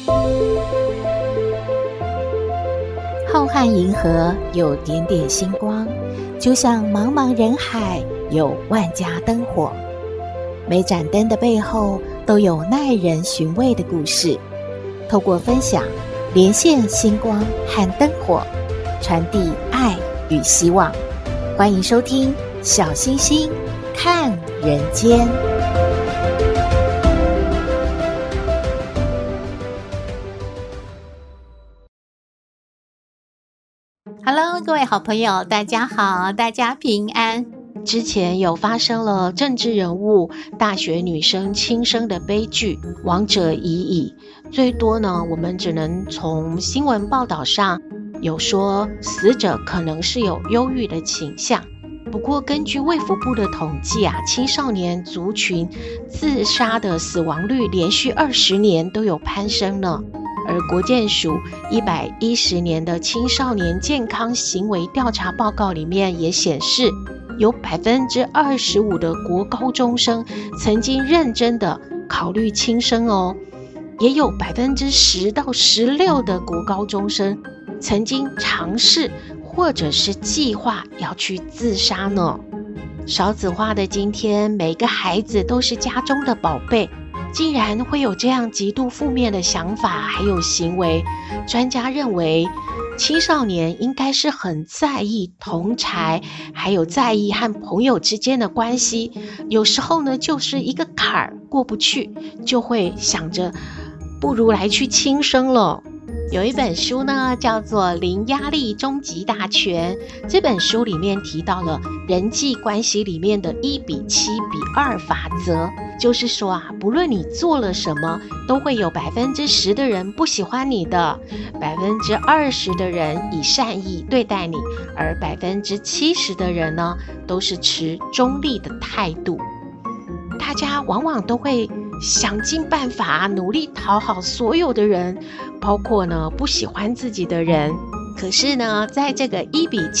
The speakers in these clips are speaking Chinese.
浩瀚银河有点点星光，就像茫茫人海有万家灯火。每盏灯的背后都有耐人寻味的故事。透过分享，连线星光和灯火，传递爱与希望。欢迎收听小星星看人间。Hello， 各位好朋友，大家好，大家平安。之前有发生了政治人物大学女生轻生的悲剧，亡者已矣。最多呢，我们只能从新闻报道上有说死者可能是有忧郁的倾向。不过根据卫福部的统计青少年族群自杀的死亡率连续20年都有攀升呢。而国健署110年的青少年健康行为调查报告里面也显示，有25%的国高中生曾经认真的考虑轻生哦，也有10%到16%的国高中生曾经尝试或者是计划要去自杀呢。少子化的今天，每个孩子都是家中的宝贝，竟然会有这样极度负面的想法还有行为。专家认为，青少年应该是很在意同侪，还有在意和朋友之间的关系。有时候呢，就是一个坎儿过不去，就会想着不如来去轻生了。有一本书呢，叫做《零压力终极大全》。这本书里面提到了人际关系里面的1:7:2法则，就是说不论你做了什么，都会有10%的人不喜欢你的，20%的人以善意对待你，而70%的人呢，都是持中立的态度。大家往往都会想尽办法努力讨好所有的人，包括呢不喜欢自己的人。可是呢，在这个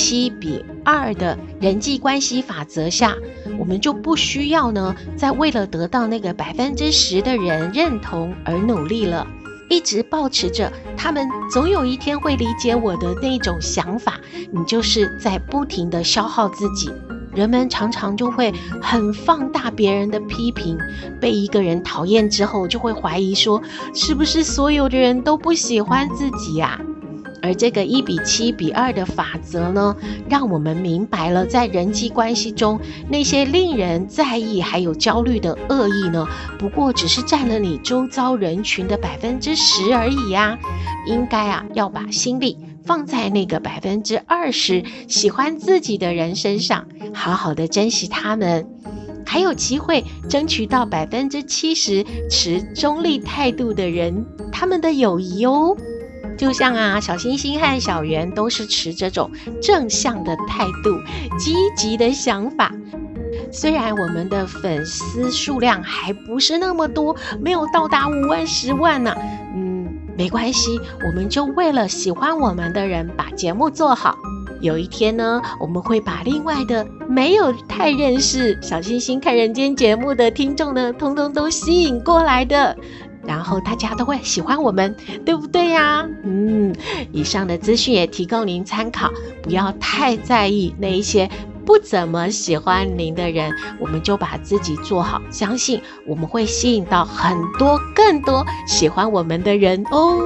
1:7:2的人际关系法则下，我们就不需要呢再为了得到那个10%的人认同而努力了，一直抱持着他们总有一天会理解我的那种想法，你就是在不停的消耗自己。人们常常就会很放大别人的批评，被一个人讨厌之后，就会怀疑说，是不是所有的人都不喜欢自己啊？而这个1:7:2的法则呢，让我们明白了在人际关系中那些令人在意还有焦虑的恶意呢，不过只是占了你周遭人群的10%而已啊。应该要把心力放在那个20%喜欢自己的人身上，好好的珍惜他们，还有机会争取到70%持中立态度的人他们的友谊哦。就像小星星和小圆都是持这种正向的态度，积极的想法。虽然我们的粉丝数量还不是那么多，没有到达5万10万呢，没关系，我们就为了喜欢我们的人把节目做好。有一天呢，我们会把另外的没有太认识小星星看人间节目的听众呢，通通都吸引过来的，然后大家都会喜欢我们，对不对呀？以上的资讯也提供您参考，不要太在意那一些不怎么喜欢您的人，我们就把自己做好，相信我们会吸引到很多更多喜欢我们的人哦。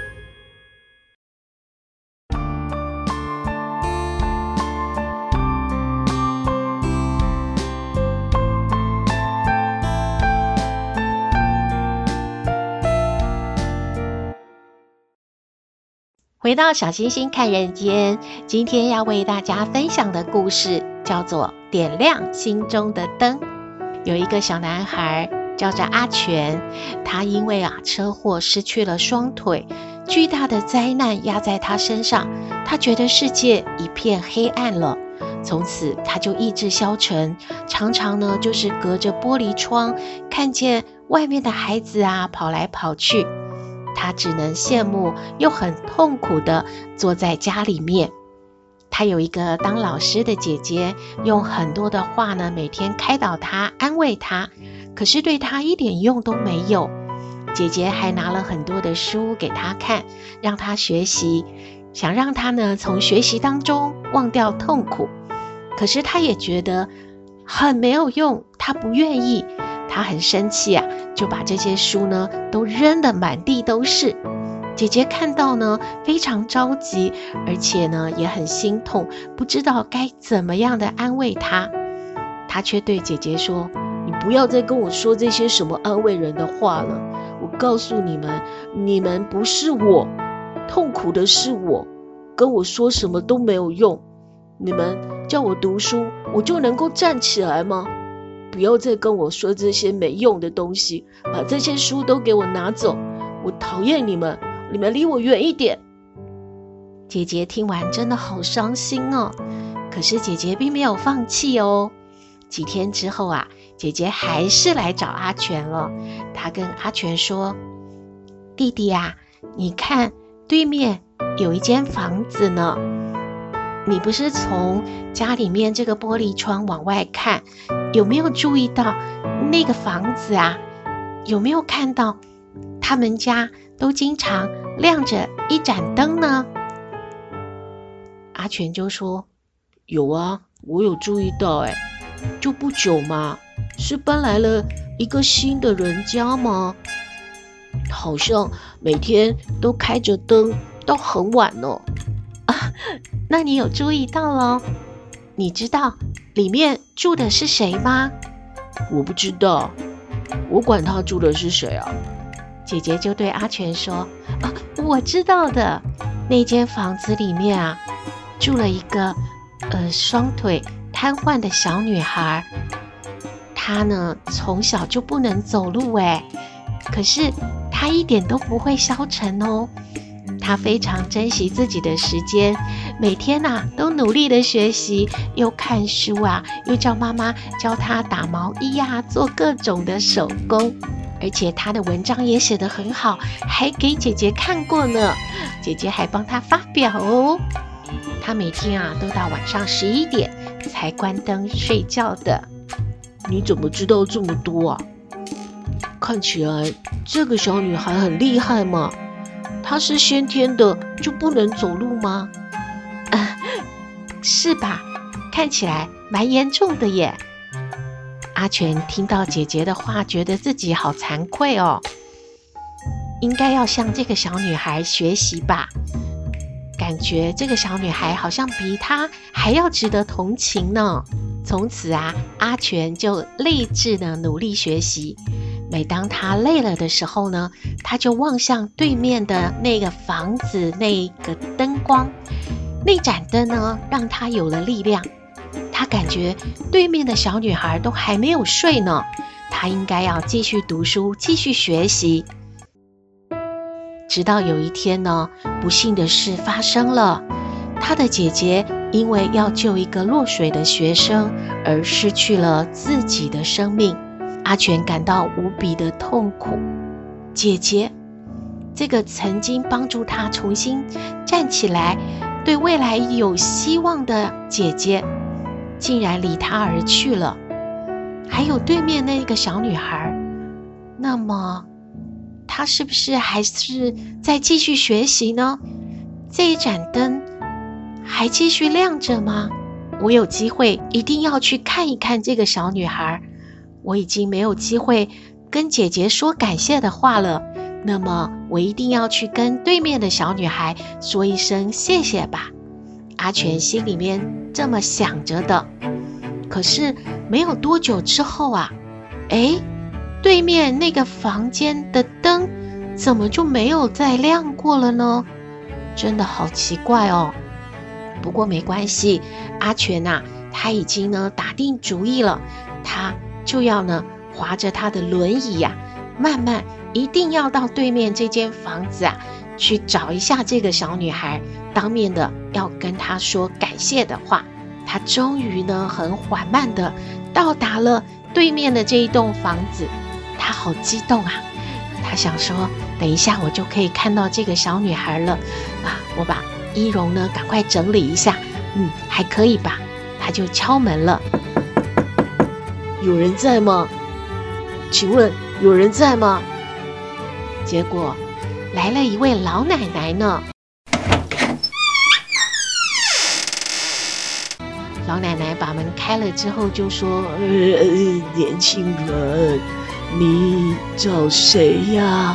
回到小星星看人间，今天要为大家分享的故事叫做点亮心中的灯。有一个小男孩叫做阿全，他因为车祸失去了双腿，巨大的灾难压在他身上，他觉得世界一片黑暗了。从此他就意志消沉，常常呢就是隔着玻璃窗看见外面的孩子跑来跑去，他只能羡慕又很痛苦的坐在家里面。他有一个当老师的姐姐，用很多的话呢每天开导他安慰他，可是对他一点用都没有。 姐姐还拿了很多的书给他看，让他学习，想让他呢从学习当中忘掉痛苦。可是他也觉得很没有用，他不愿意，他很生气啊，就把这些书呢都扔得满地都是。姐姐看到呢非常着急，而且呢也很心痛，不知道该怎么样的安慰他。他却对姐姐说，你不要再跟我说这些什么安慰人的话了，我告诉你们，你们不是我，痛苦的是我，跟我说什么都没有用。你们叫我读书，我就能够站起来吗？不要再跟我说这些没用的东西，把这些书都给我拿走，我讨厌你们，你们离我远一点。姐姐听完真的好伤心哦，可是姐姐并没有放弃哦。几天之后啊，姐姐还是来找阿全了。她跟阿全说，弟弟啊，你看对面有一间房子呢，你不是从家里面这个玻璃窗往外看，有没有注意到那个房子啊？有没有看到他们家都经常亮着一盏灯呢？阿全就说，有啊，我有注意到就不久嘛，是搬来了一个新的人家吗？好像每天都开着灯到很晚哦。那你有注意到咯？你知道里面住的是谁吗？我不知道，我管他住的是谁啊。姐姐就对阿全说，我知道的，那间房子里面啊，住了一个双腿瘫痪的小女孩。她呢从小就不能走路可是她一点都不会消沉哦。她非常珍惜自己的时间，每天都努力的学习，又看书又叫妈妈教她打毛衣做各种的手工，而且她的文章也写得很好，还给姐姐看过呢，姐姐还帮她发表哦。她每天都到晚上11点才关灯睡觉的。你怎么知道这么多啊？看起来这个小女孩很厉害嘛，她是先天的就不能走路吗？是吧？看起来蛮严重的耶。阿全听到姐姐的话，觉得自己好惭愧哦，应该要向这个小女孩学习吧。感觉这个小女孩好像比她还要值得同情呢。从此阿全就立志的努力学习。每当他累了的时候呢，他就望向对面的那个房子，那个灯光，那盏灯呢，让他有了力量。他感觉对面的小女孩都还没有睡呢，他应该要继续读书，继续学习。直到有一天呢，不幸的事发生了，他的姐姐因为要救一个落水的学生而失去了自己的生命。阿全感到无比的痛苦。姐姐，这个曾经帮助他重新站起来，对未来有希望的姐姐，竟然离他而去了。还有对面那个小女孩，那么她是不是还是在继续学习呢？这一盏灯还继续亮着吗？我有机会一定要去看一看这个小女孩。我已经没有机会跟姐姐说感谢的话了，那么我一定要去跟对面的小女孩说一声谢谢吧。阿全心里面这么想着的。可是没有多久之后对面那个房间的灯怎么就没有再亮过了呢？真的好奇怪哦。不过没关系，阿全他已经呢打定主意了，他就要呢划着他的轮椅慢慢一定要到对面这间房子去找一下这个小女孩，当面的要跟她说感谢的话。他终于呢很缓慢的到达了对面的这一栋房子，他好激动他想说等一下我就可以看到这个小女孩了我把仪容呢赶快整理一下，还可以吧。他就敲门了。有人在吗？请问有人在吗？ 结果来了一位老奶奶呢。老奶奶把门开了之后就说：年轻人，你找谁呀？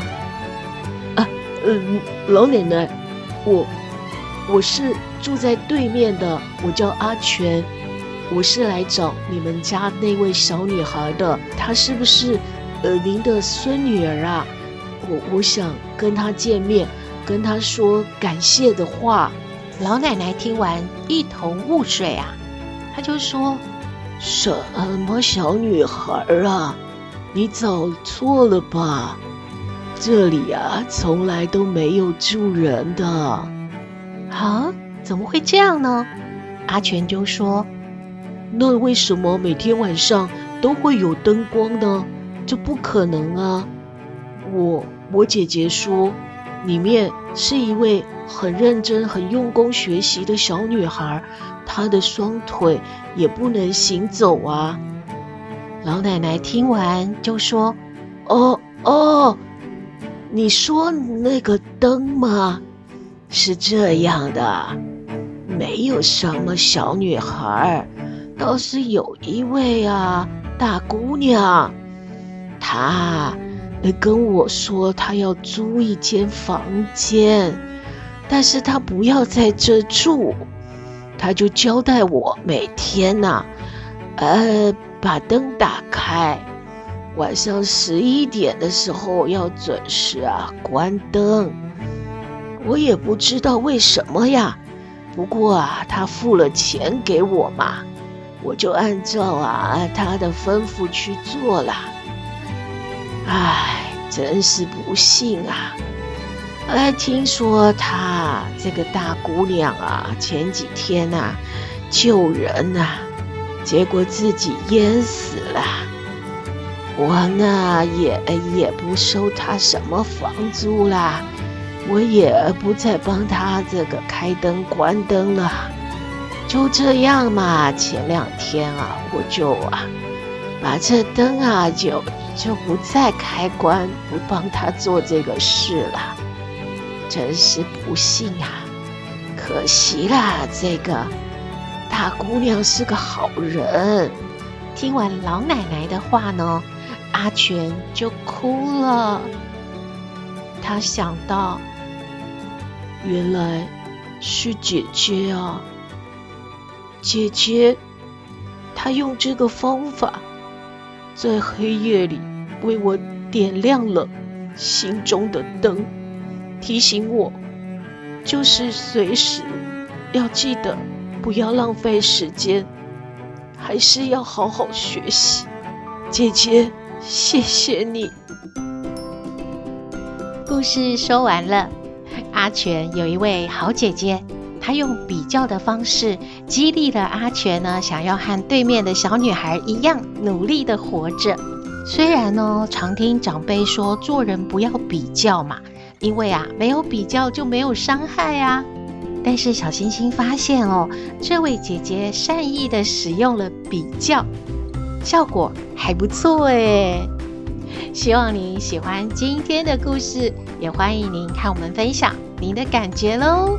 老奶奶，我是住在对面的，我叫阿全，我是来找你们家那位小女孩的，她是不是您的孙女儿啊？我想跟她见面，跟她说感谢的话。老奶奶听完一头雾水啊，她就说：什么小女孩啊？你找错了吧？这里啊，从来都没有住人的。啊？怎么会这样呢？阿全就说：那为什么每天晚上都会有灯光呢？这不可能啊！我姐姐说，里面是一位很认真、很用功学习的小女孩，她的双腿也不能行走啊。老奶奶听完就说：哦，你说那个灯吗？是这样的，没有什么小女孩，倒是有一位大姑娘，她跟我说她要租一间房间，但是她不要在这住，她就交代我每天把灯打开，晚上11点的时候要准时关灯。我也不知道为什么呀，不过他付了钱给我嘛，我就按照他的吩咐去做了。真是不幸啊！听说她这个大姑娘前几天救人结果自己淹死了。我呢也不收她什么房租啦，我也不再帮她这个开灯关灯了。就这样嘛，前2天我就把这灯就不再开关，不帮她做这个事了。真是不幸可惜啦，这个大姑娘是个好人。听完老奶奶的话呢，阿全就哭了。他想到，原来是姐姐啊，姐姐她用这个方法在黑夜里为我点亮了心中的灯，提醒我就是随时要记得不要浪费时间，还是要好好学习。姐姐，谢谢你。故事说完了。阿全有一位好姐姐，她用比较的方式激励了阿全呢，想要和对面的小女孩一样努力的活着。虽然呢，常听长辈说做人不要比较嘛，因为没有比较就没有伤害但是小星星发现这位姐姐善意的使用了比较，效果还不错耶。希望您喜欢今天的故事，也欢迎您看我们分享您的感觉咯。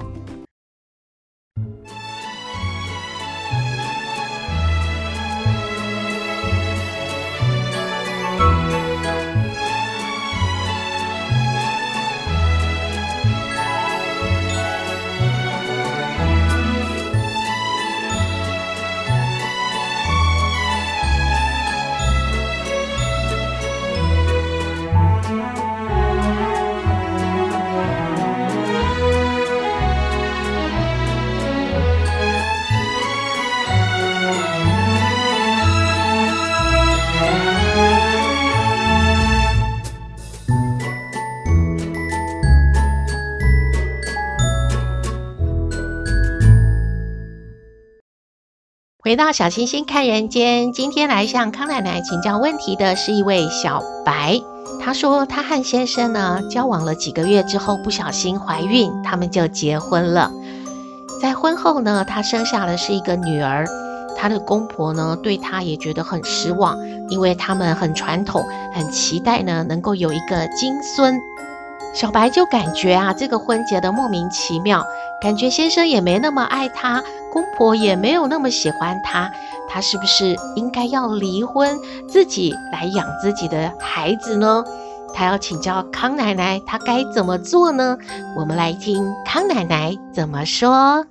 回到小星星看人间，今天来向康奶奶请教问题的是一位小白。她说她和先生呢交往了几个月之后不小心怀孕，他们就结婚了。在婚后呢，她生下的是一个女儿，她的公婆呢对她也觉得很失望， 因为他们很传统，很期待呢能够有一个金孙。小白就感觉这个婚结的莫名其妙，感觉先生也没那么爱他，公婆也没有那么喜欢他，他是不是应该要离婚，自己来养自己的孩子呢？他要请教康奶奶，他该怎么做呢？我们来听康奶奶怎么说。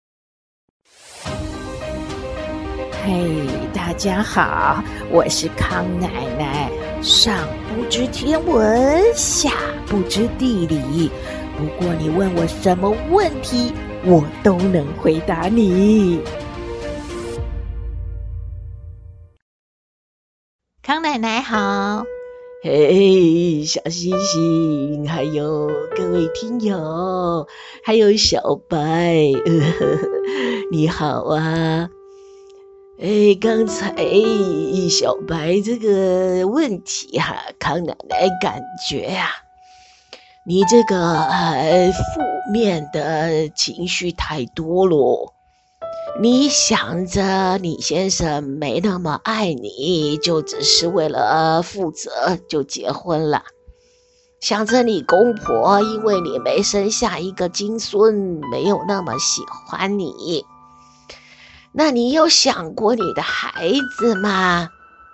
嘿，大家好，我是康奶奶。上不知天文，下不知地理，不过你问我什么问题，我都能回答你。 康奶奶好。 嘿，小星星，还有各位听友，还有小白，你好啊！刚才小白这个问题康奶奶感觉你这个负面的情绪太多咯。你想着你先生没那么爱你，就只是为了负责就结婚了。想着你公婆因为你没生下一个金孙，没有那么喜欢你。那你有想过你的孩子吗？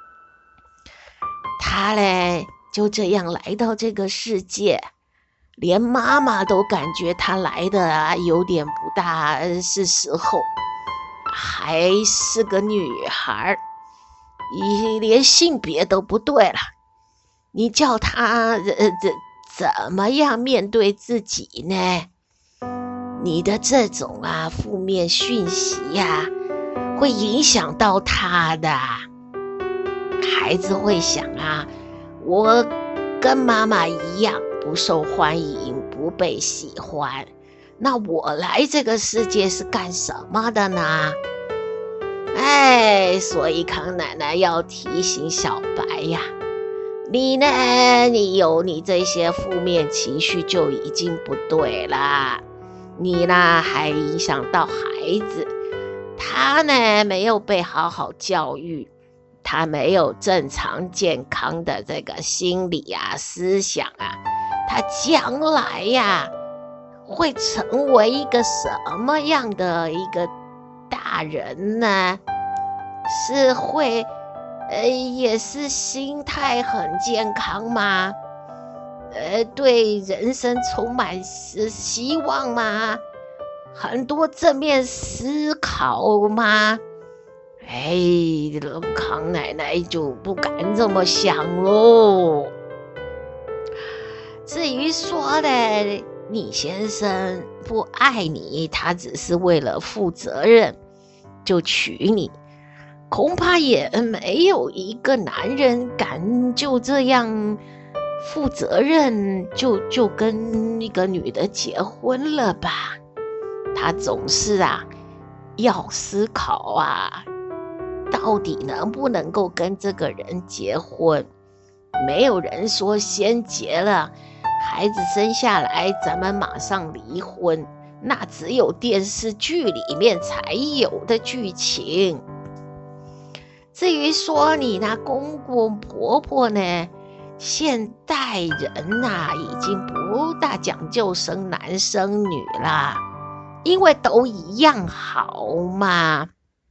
他嘞就这样来到这个世界，连妈妈都感觉他来的有点不大是时候，还是个女孩，连性别都不对了。你叫他怎么样面对自己呢？你的这种负面讯息会影响到他的。孩子会想我跟妈妈一样不受欢迎，不被喜欢，那我来这个世界是干什么的呢？所以康奶奶要提醒小白你呢，你有你这些负面情绪就已经不对啦，你呢还影响到孩子，他呢没有被好好教育，他没有正常健康的这个心理思想他将来会成为一个什么样的一个大人呢？是会也是心态很健康吗？对人生充满希望吗？很多正面思考吗？康奶奶就不敢这么想咯。至于说的你先生不爱你，他只是为了负责任就娶你，恐怕也没有一个男人敢就这样负责任就跟一个女的结婚了吧。他总是要思考到底能不能够跟这个人结婚。没有人说先结了孩子生下来咱们马上离婚，那只有电视剧里面才有的剧情。至于说你那公公婆婆呢，现代人已经不大讲究生男生女啦，因为都一样好嘛。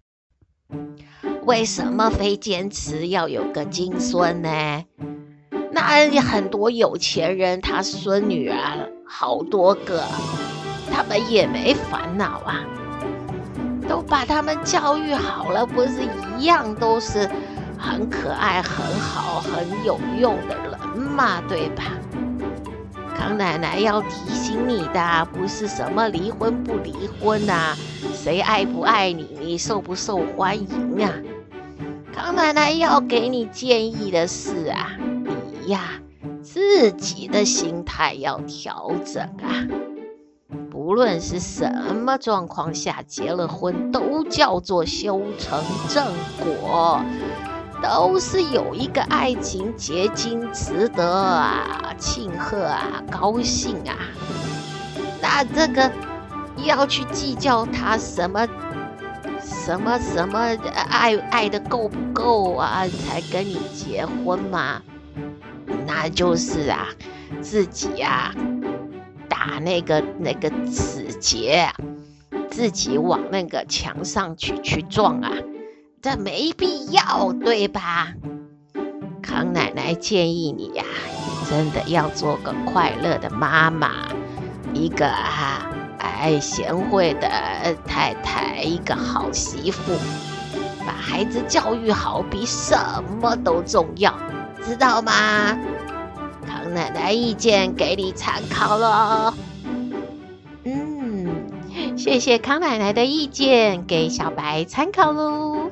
为什么非坚持要有个金孙呢？那很多有钱人他孙女好多个，他们也没烦恼都把他们教育好了，不是一样都是很可爱很好很有用的人嘛，对吧？康奶奶要提醒你的不是什么离婚不离婚谁爱不爱你，你受不受欢迎康奶奶要给你建议的是你自己的心态要调整不论是什么状况下结了婚，都叫做修成正果，都是有一个爱情结晶，值得庆贺高兴那这个要去计较他什什么爱的够不够啊，才跟你结婚嘛？那就是啊，自己啊打那个死结，自己往那个墙上去撞啊，这没必要，对吧？康奶奶建议你呀，真的要做个快乐的妈妈，一个贤惠的太太，一个好媳妇，把孩子教育好比什么都重要，知道吗？康奶奶意见给你参考咯。 谢谢康奶奶的意见，给小白参考咯。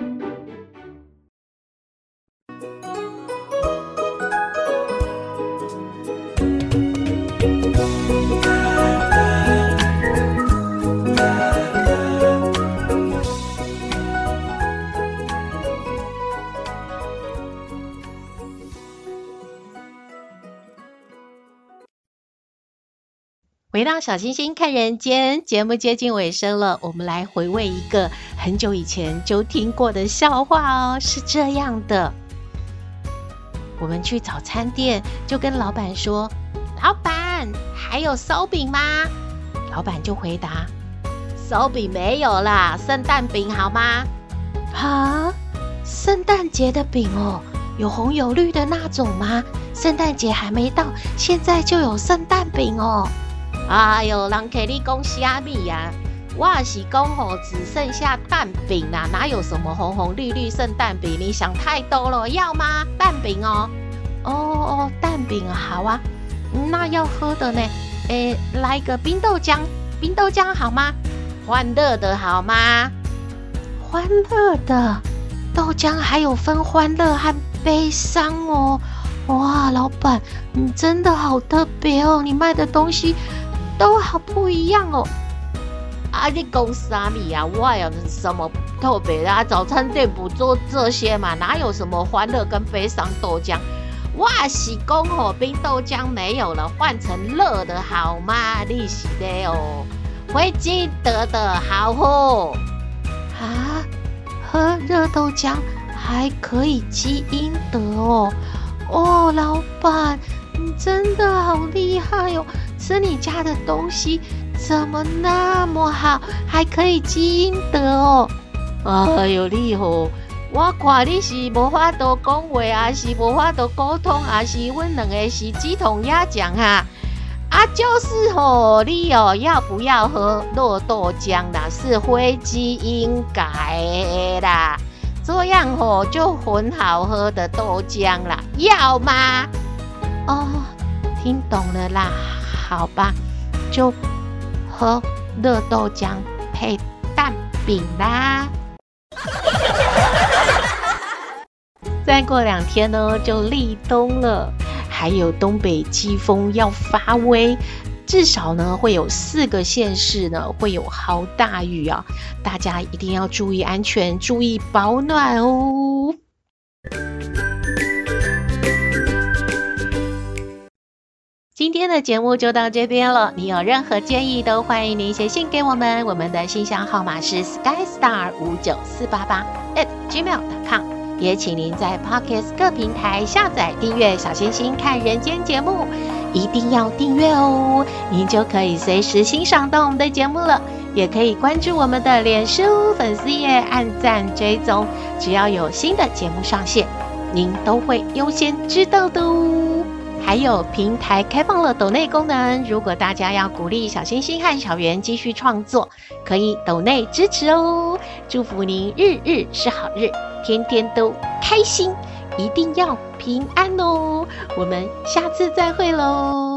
回到小星星看人间，节目接近尾声了，我们来回味一个很久以前就听过的笑话哦。是这样的，我们去早餐店就跟老板说，老板还有烧饼吗？老板就回答， 烧饼没有啦，圣诞饼好吗？ 啊，圣诞节的饼哦，有红有绿的那种吗？圣诞节还没到，现在就有圣诞饼哦。 哎呦，人给你讲虾米呀？我是讲只剩下蛋饼啦，哪有什么红红绿绿圣诞饼？你想太多了，要吗？蛋饼哦。 哦，蛋饼好啊。那要喝的呢？来个冰豆浆，冰豆浆好吗？ 欢乐的好吗？ 欢乐的豆浆还有分欢乐和悲伤哦。哇，老板，你真的好特别哦，你卖的东西都好不一样哦。 你讲啥米啊？我有什么特别的啊？早餐店不做这些嘛，哪有什么欢乐跟悲伤豆浆？我是讲冰豆浆没有了，换成热的好吗？你是的哦，会记得的好喝啊。喝热豆浆还可以积阴德哦。哦，老板，你真的好厉害哦！吃你家的东西怎么那么好，还可以积阴德哦？ 哎呦，你我看你是无法度讲话，还是无法度沟通，还是阮两个是鸡同鸭讲哈？就是你要不要喝热豆浆啦？是非基因改的啦。这样就很好喝的豆浆啦，要吗？ 哦，听懂了啦，好吧，就喝热豆浆配蛋饼啦。再过2天呢，就立冬了，还有东北季风要发威。至少呢，会有4个县市呢会有豪大雨啊，大家一定要注意安全，注意保暖哦。今天的节目就到这边了，你有任何建议都欢迎您写信给我们，我们的信箱号码是 skystar59488@gmail.com， 也请您在 Podcast 各平台下载订阅小星星看人间节目，一定要订阅哦，您就可以随时欣赏到我们的节目了。也可以关注我们的脸书粉丝页，按赞追踪，只要有新的节目上线，您都会优先知道的哦。还有平台开放了抖内功能，如果大家要鼓励小星星和小圆继续创作，可以抖内支持哦。祝福您日日是好日，天天都开心，一定要平安哦。我们下次再会喽。